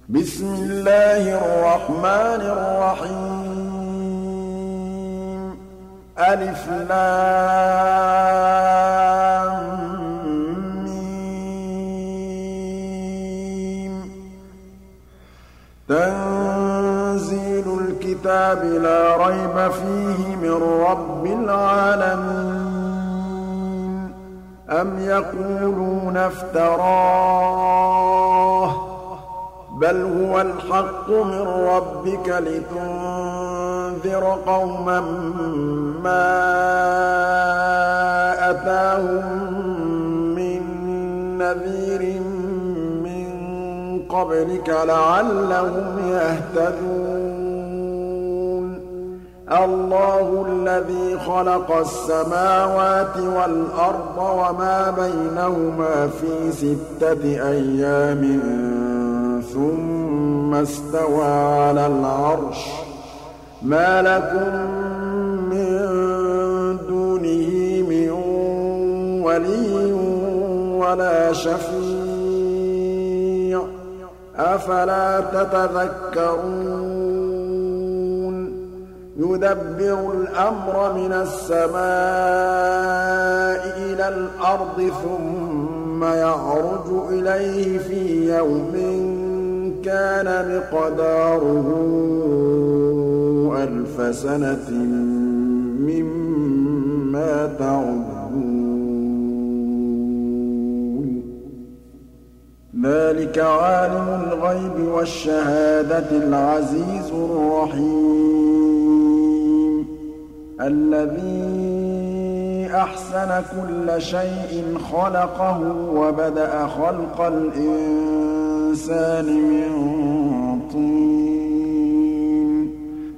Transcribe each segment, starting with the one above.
بسم الله الرحمن الرحيم ألف لام ميم تنزيل الكتاب لا ريب فيه من رب العالمين أم يقولون افتراه بل هو الحق من ربك لتنذر قوما ما أتاهم من نذير من قبلك لعلهم يهتدون الله الذي خلق السماوات والأرض وما بينهما في 6 أيام ثم استوى على العرش ما لكم من دونه من ولي ولا شفيع أفلا تتذكرون يدبر الأمر من السماء إلى الأرض ثم يعرج إليه في يوم كان مقداره 1000 سنة مما تعدون ذلك عالم الغيب والشهادة العزيز الرحيم الذي أحسن كل شيء خلقه وبدأ خلق الإنسان من طين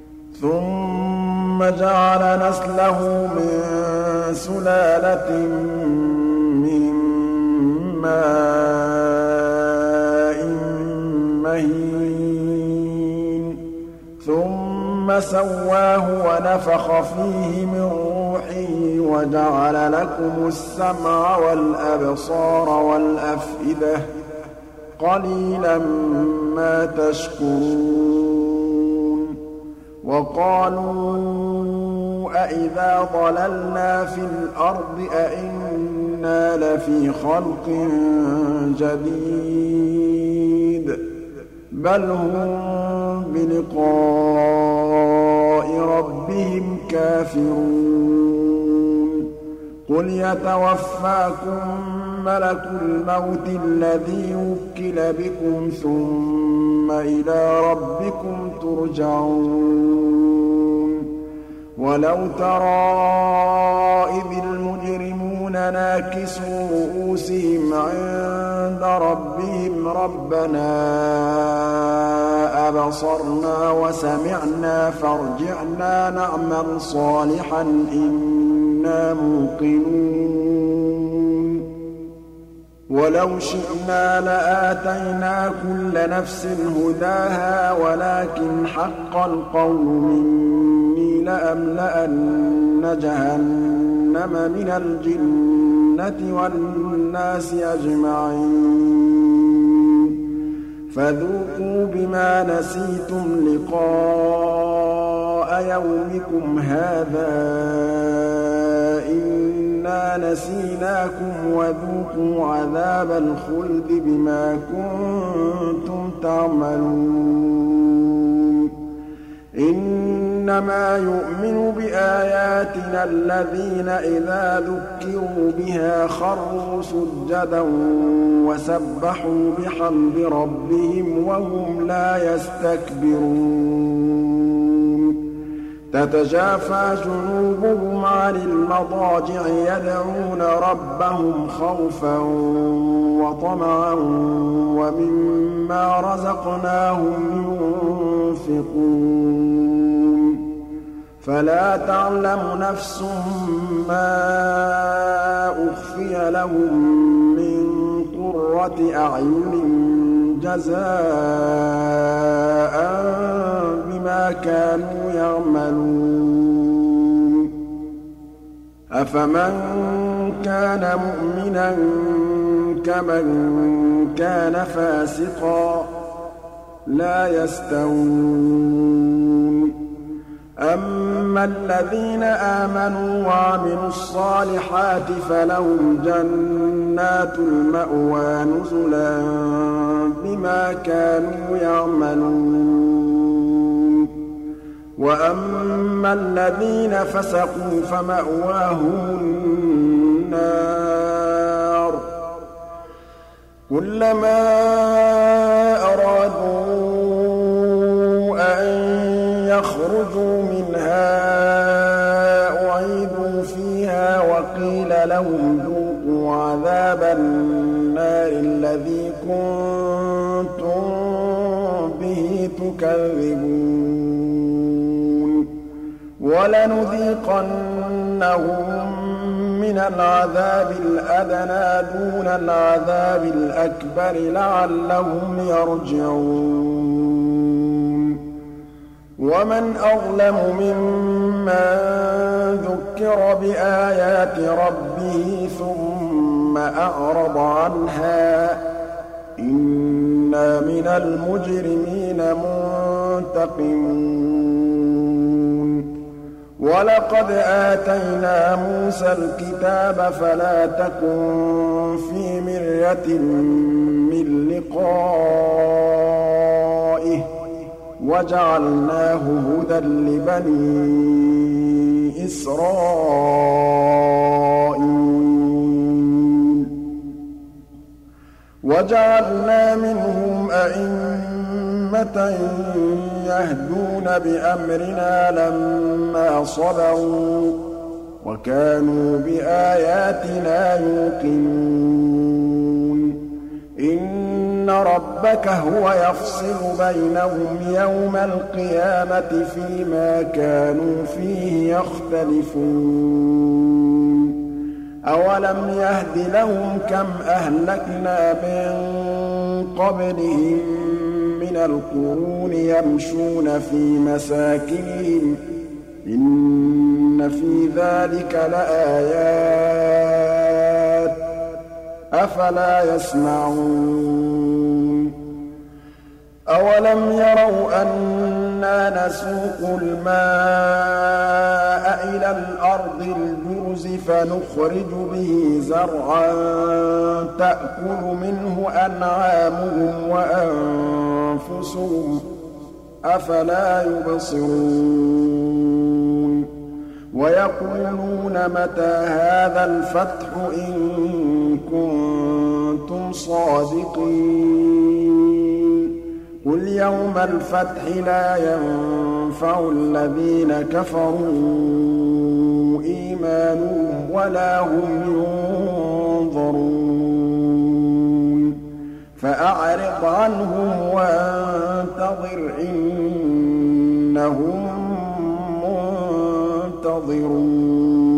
ثم جعل نسله من سلالة من ماء مهين ثم سواه ونفخ فيه من روحه وجعل لكم السمع والأبصار والأفئدة قليلا ما تشكرون وقالوا أإذا ضللنا في الأرض أإنا لفي خلق جديد بل هم بلقاء ربهم كافرون قل يتوفاكم ملك الموت الذي وكل بكم ثم إلى ربكم ترجعون ولو ترى إذ المجرمون ناكسوا رؤوسهم عند ربهم ربنا أبصرنا وسمعنا فارجعنا نعمل صالحا إنا موقنون ولو شئنا لآتينا كل نفس هداها ولكن حق القول مني لأملأن جهنم من الجنة والناس أجمعين فذوقوا بما نسيتم لقاء يومكم هذا إنا نسيناكم وذوقوا عذاب الخلد بما كنتم تعملون إنما يؤمن بآياتنا الذين إذا ذكروا بها خروا سجدا وسبحوا بحمد ربهم وهم لا يستكبرون تتجافى جنوبهم عن المضاجع يدعون ربهم خوفا وطمعا ومما رزقناهم ينفقون فلا تعلم نفس ما أخفي لهم من قرة أعين جزاء بما كانوا يعملون أفمن كان مؤمنا كمن كان فاسقا لَا يَسْتَوُونَ أَمَّا الَّذِينَ آمَنُوا وَعَمِلُوا الصَّالِحَاتِ فَلَهُمْ جَنَّاتُ الْمَأْوَىٰ نُزُلًا بِمَا كَانُوا يَعْمَلُونَ وَأَمَّا الَّذِينَ فَسَقُوا فَمَأْوَاهُمُ النَّارُ كُلَّمَا أَرَادُوا أَن يَخْرُجُوا مِنْهَا أُعِيدُوا فِيهَا وَقِيلَ لَهُمْ ذُوقُوا عَذَابَ النَّارِ الَّذِي كُنتُم بِهِ تُكَذِّبُونَ وَلَنُذِيقَنَّهُم مِّنَ الْعَذَابِ الْأَدْنَىٰ دُونَ الْعَذَابِ الْأَكْبَرِ لَعَلَّهُمْ يَرْجِعُونَ وَمَنْ أَظْلَمُ مِمَّن ذُكِّرَ بِآيَاتِ رَبِّهِ ثُمَّ أَعْرَضَ عَنْهَا ۚ إِنَّا مِنَ الْمُجْرِمِينَ مُنتَقِمُونَ وَلَقَدْ آتَيْنَا مُوسَى الْكِتَابَ فَلَا تَكُن فِي مِرْيَةٍ مِّن لِّقَائِهِ وَجَعَلْنَاهُ هُدًى لِّبَنِي إِسْرَائِيلَ وَجَعَلْنَا مِنْهُمْ أَئِمَّةً يَهْدُونَ بِأَمْرِنَا لَمَّا صَبَرُوا وَكَانُوا بِآيَاتِنَا يُوقِنُونَ إِنَّ رَبَّكَ هُوَ يَفْصِلُ بَيْنَهُمْ يَوْمَ الْقِيَامَةِ فِيمَا كَانُوا فِيهِ يَخْتَلِفُونَ أَوَلَمْ يَهْدِ لَهُمْ كَمْ أَهْلَكْنَا مِن قَبْلِهِم مِّنَ الْقُرُونِ يَمْشُونَ فِي مَسَاكِنِهِمْ ۗ إِنَّ فِي ذَٰلِكَ لَآيَاتٍ ۖ أَفَلَا يَسْمَعُونَ أَوَلَمْ يَرَوْا أَنَّا نَسُوقُ الْمَاءَ إِلَى الْأَرْضِ الْجُرُزِ فَنُخْرِجُ بِهِ زَرْعًا تَأْكُلُ مِنْهُ أَنْعَامُهُمْ وَأَنفُسُهُمْ ۖ أَفَلَا يُبْصِرُونَ وَيَقُولُونَ مَتَىٰ هَٰذَا الْفَتْحُ إِن كُنتُمْ صَادِقِينَ قُلْ يَوْمَ الْفَتْحِ لَا يَنفَعُ الَّذِينَ كَفَرُوا إِيمَانُهُمْ وَلَا هُمْ يُنظَرُونَ فَأَعْرِضْ عَنْهُمْ وَانتَظِرْ إِنَّهُم مُّنتَظِرُونَ